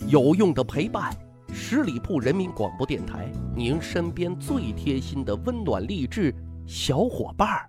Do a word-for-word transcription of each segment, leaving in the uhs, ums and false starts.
有用的陪伴，十里铺人民广播电台，您身边最贴心的温暖励志小伙伴儿。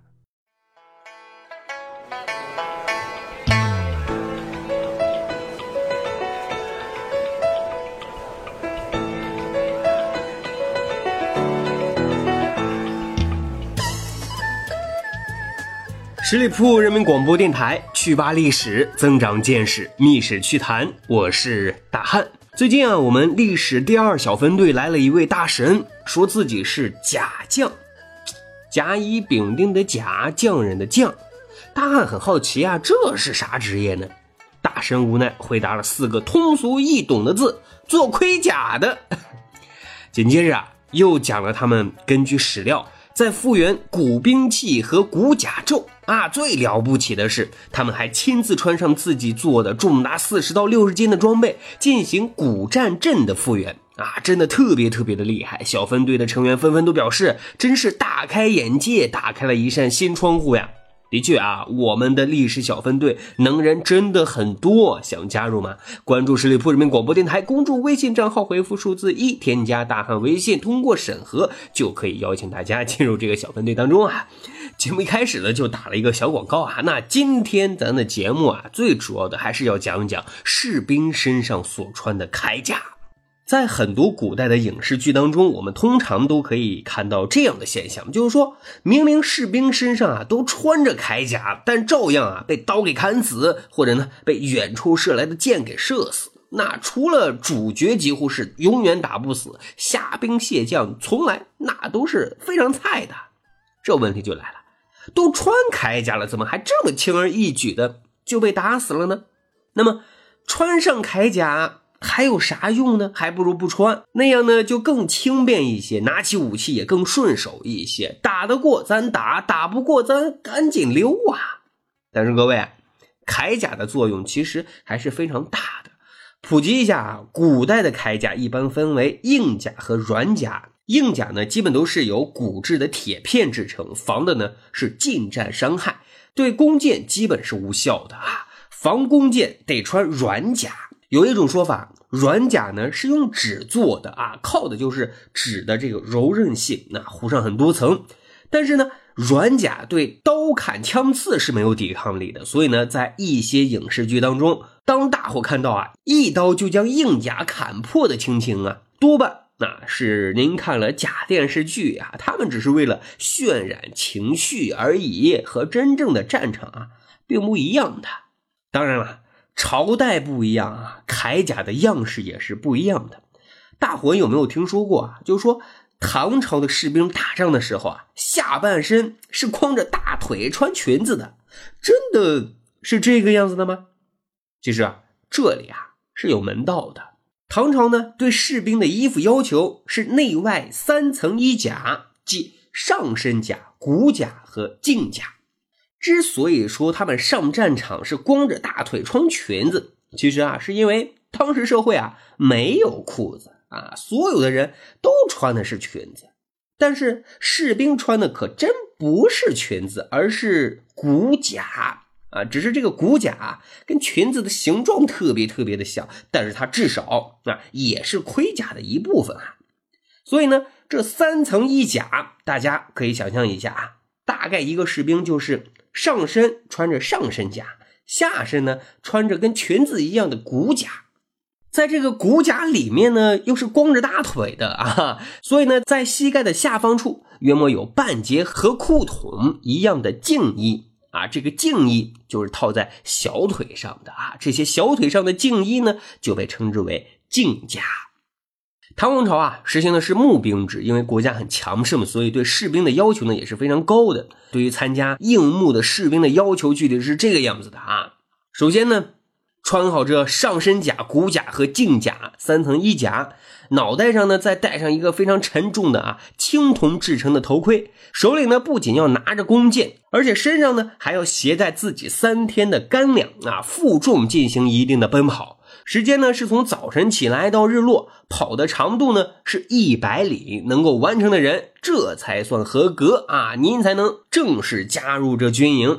十里铺人民广播电台，趣吧历史，增长见识，密史趣谈，我是大汉。最近啊，我们历史第二小分队来了一位大神，说自己是甲将，甲乙丙丁的甲，匠人的匠。大汉很好奇啊，这是啥职业呢？大神无奈回答了四个通俗易懂的字：做盔甲的。紧接着啊，又讲了他们根据史料在复原古兵器和古甲胄啊，最了不起的是，他们还亲自穿上自己做的重达四十到六十斤的装备，进行古战阵的复原啊，真的特别特别的厉害。小分队的成员纷纷都表示，真是大开眼界，打开了一扇新窗户呀。的确啊，我们的历史小分队能人真的很多，想加入吗？关注十里铺人民广播电台公众微信账号，回复数字一，添加大汉微信，通过审核就可以邀请大家进入这个小分队当中啊。节目一开始呢就打了一个小广告啊，那今天咱的节目啊，最主要的还是要讲讲士兵身上所穿的铠甲。在很多古代的影视剧当中，我们通常都可以看到这样的现象，就是说明明士兵身上啊都穿着铠甲，但照样啊被刀给砍死，或者呢被远处射来的箭给射死。那除了主角几乎是永远打不死，下兵蟹将从来那都是非常菜的。这问题就来了，都穿铠甲了，怎么还这么轻而易举的就被打死了呢？那么穿上铠甲还有啥用呢？还不如不穿，那样呢就更轻便一些，拿起武器也更顺手一些，打得过咱打，打不过咱赶紧溜啊。但是各位，铠甲的作用其实还是非常大的。普及一下啊，古代的铠甲一般分为硬甲和软甲。硬甲呢基本都是由骨质的铁片制成，防的呢是近战伤害，对弓箭基本是无效的啊。防弓箭得穿软甲。有一种说法，软甲呢是用纸做的啊，靠的就是纸的这个柔韧性，那糊上很多层。但是呢，软甲对刀砍枪刺是没有抵抗力的，所以呢，在一些影视剧当中，当大伙看到啊一刀就将硬甲砍破的情形啊，多半那是您看了假电视剧啊，他们只是为了渲染情绪而已，和真正的战场啊并不一样的。当然了，朝代不一样啊，铠甲的样式也是不一样的。大伙有没有听说过啊？就是说唐朝的士兵打仗的时候啊，下半身是光着大腿穿裙子的，真的是这个样子的吗？其实啊，这里啊是有门道的。唐朝呢对士兵的衣服要求是内外三层衣甲，即上身甲、骨甲和胫甲。之所以说他们上战场是光着大腿穿裙子，其实啊是因为当时社会啊没有裤子啊，所有的人都穿的是裙子。但是士兵穿的可真不是裙子，而是骨甲啊，只是这个骨甲跟裙子的形状特别特别的像，但是它至少啊也是盔甲的一部分啊。所以呢，这三层衣甲大家可以想象一下啊，大概一个士兵就是上身穿着上身甲，下身呢穿着跟裙子一样的骨甲，在这个骨甲里面呢又是光着大腿的啊，所以呢在膝盖的下方处约莫有半截和裤筒一样的胫衣啊，这个胫衣就是套在小腿上的啊，这些小腿上的胫衣呢就被称之为胫甲。唐王朝啊实行的是募兵制，因为国家很强盛，所以对士兵的要求呢也是非常高的。对于参加应募的士兵的要求具体是这个样子的啊。首先呢，穿好这上身甲、骨甲和胫甲三层衣甲，脑袋上呢再戴上一个非常沉重的啊青铜制成的头盔，手里呢不仅要拿着弓箭，而且身上呢还要携带自己三天的干粮啊，负重进行一定的奔跑。时间呢是从早晨起来到日落，跑的长度呢是一百里，能够完成的人这才算合格啊，您才能正式加入这军营。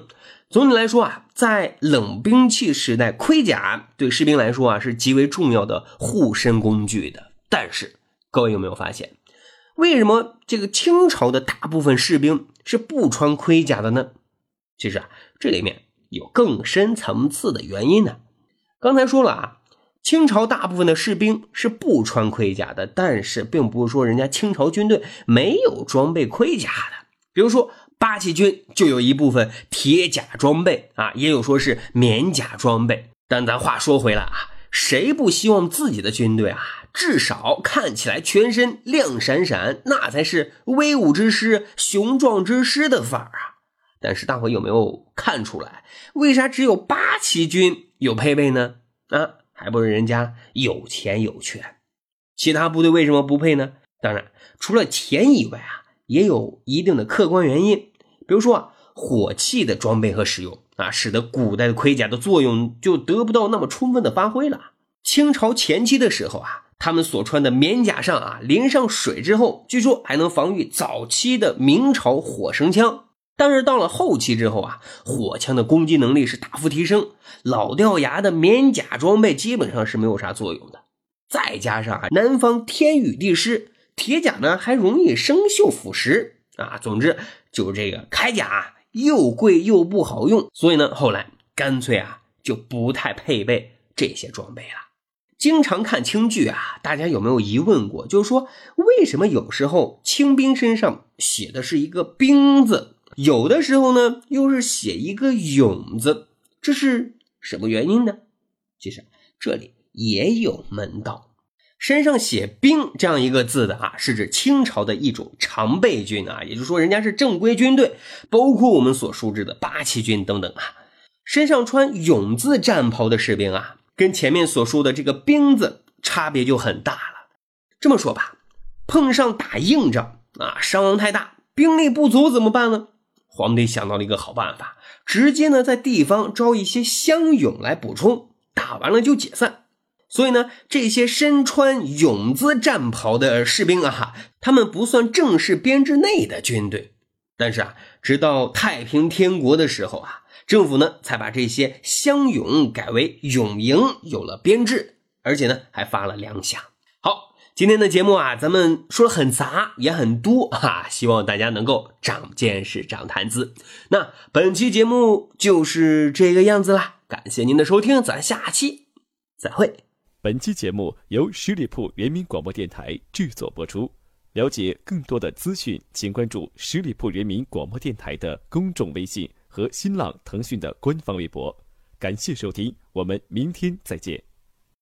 总体来说啊，在冷兵器时代，盔甲对士兵来说啊是极为重要的护身工具的。但是各位有没有发现，为什么这个清朝的大部分士兵是不穿盔甲的呢？其实啊，这里面有更深层次的原因呢。刚才说了啊，清朝大部分的士兵是不穿盔甲的，但是并不是说人家清朝军队没有装备盔甲的。比如说八旗军就有一部分铁甲装备啊，也有说是棉甲装备。但咱话说回来啊，谁不希望自己的军队啊，至少看起来全身亮闪闪，那才是威武之师、雄壮之师的范儿啊。但是大伙有没有看出来，为啥只有八旗军有配备呢？啊，还不是人家有钱有权。其他部队为什么不配呢？当然除了钱以外啊，也有一定的客观原因。比如说啊，火器的装备和使用啊，使得古代的盔甲的作用就得不到那么充分的发挥了。清朝前期的时候啊，他们所穿的棉甲上啊淋上水之后，据说还能防御早期的明朝火绳枪。但是到了后期之后啊，火枪的攻击能力是大幅提升，老掉牙的棉甲装备基本上是没有啥作用的。再加上啊，南方天雨地湿，铁甲呢还容易生锈腐蚀啊。总之就是这个铠甲啊，又贵又不好用，所以呢后来干脆啊就不太配备这些装备了。经常看清剧啊，大家有没有疑问过，就是说为什么有时候清兵身上写的是一个兵字，有的时候呢又是写一个勇字，这是什么原因呢？其实这里也有门道。身上写兵这样一个字的啊，是指清朝的一种常备军啊，也就是说人家是正规军队，包括我们所熟知的八旗军等等啊。身上穿勇字战袍的士兵啊，跟前面所说的这个兵字差别就很大了。这么说吧，碰上打硬仗啊，伤亡太大，兵力不足怎么办呢？皇帝想到了一个好办法，直接呢在地方招一些乡勇来补充，打完了就解散。所以呢，这些身穿勇字战袍的士兵啊，他们不算正式编制内的军队。但是啊，直到太平天国的时候啊，政府呢才把这些乡勇改为勇营，有了编制，而且呢还发了粮饷。好，今天的节目啊，咱们说了很杂也很多啊，希望大家能够长见识长谈资。那本期节目就是这个样子啦，感谢您的收听，咱下期再会。 本期节目由十里铺人民广播电台制作播出。了解更多的资讯，请关注十里铺人民广播电台的公众微信和新浪、腾讯的官方微博。感谢收听，我们明天再见。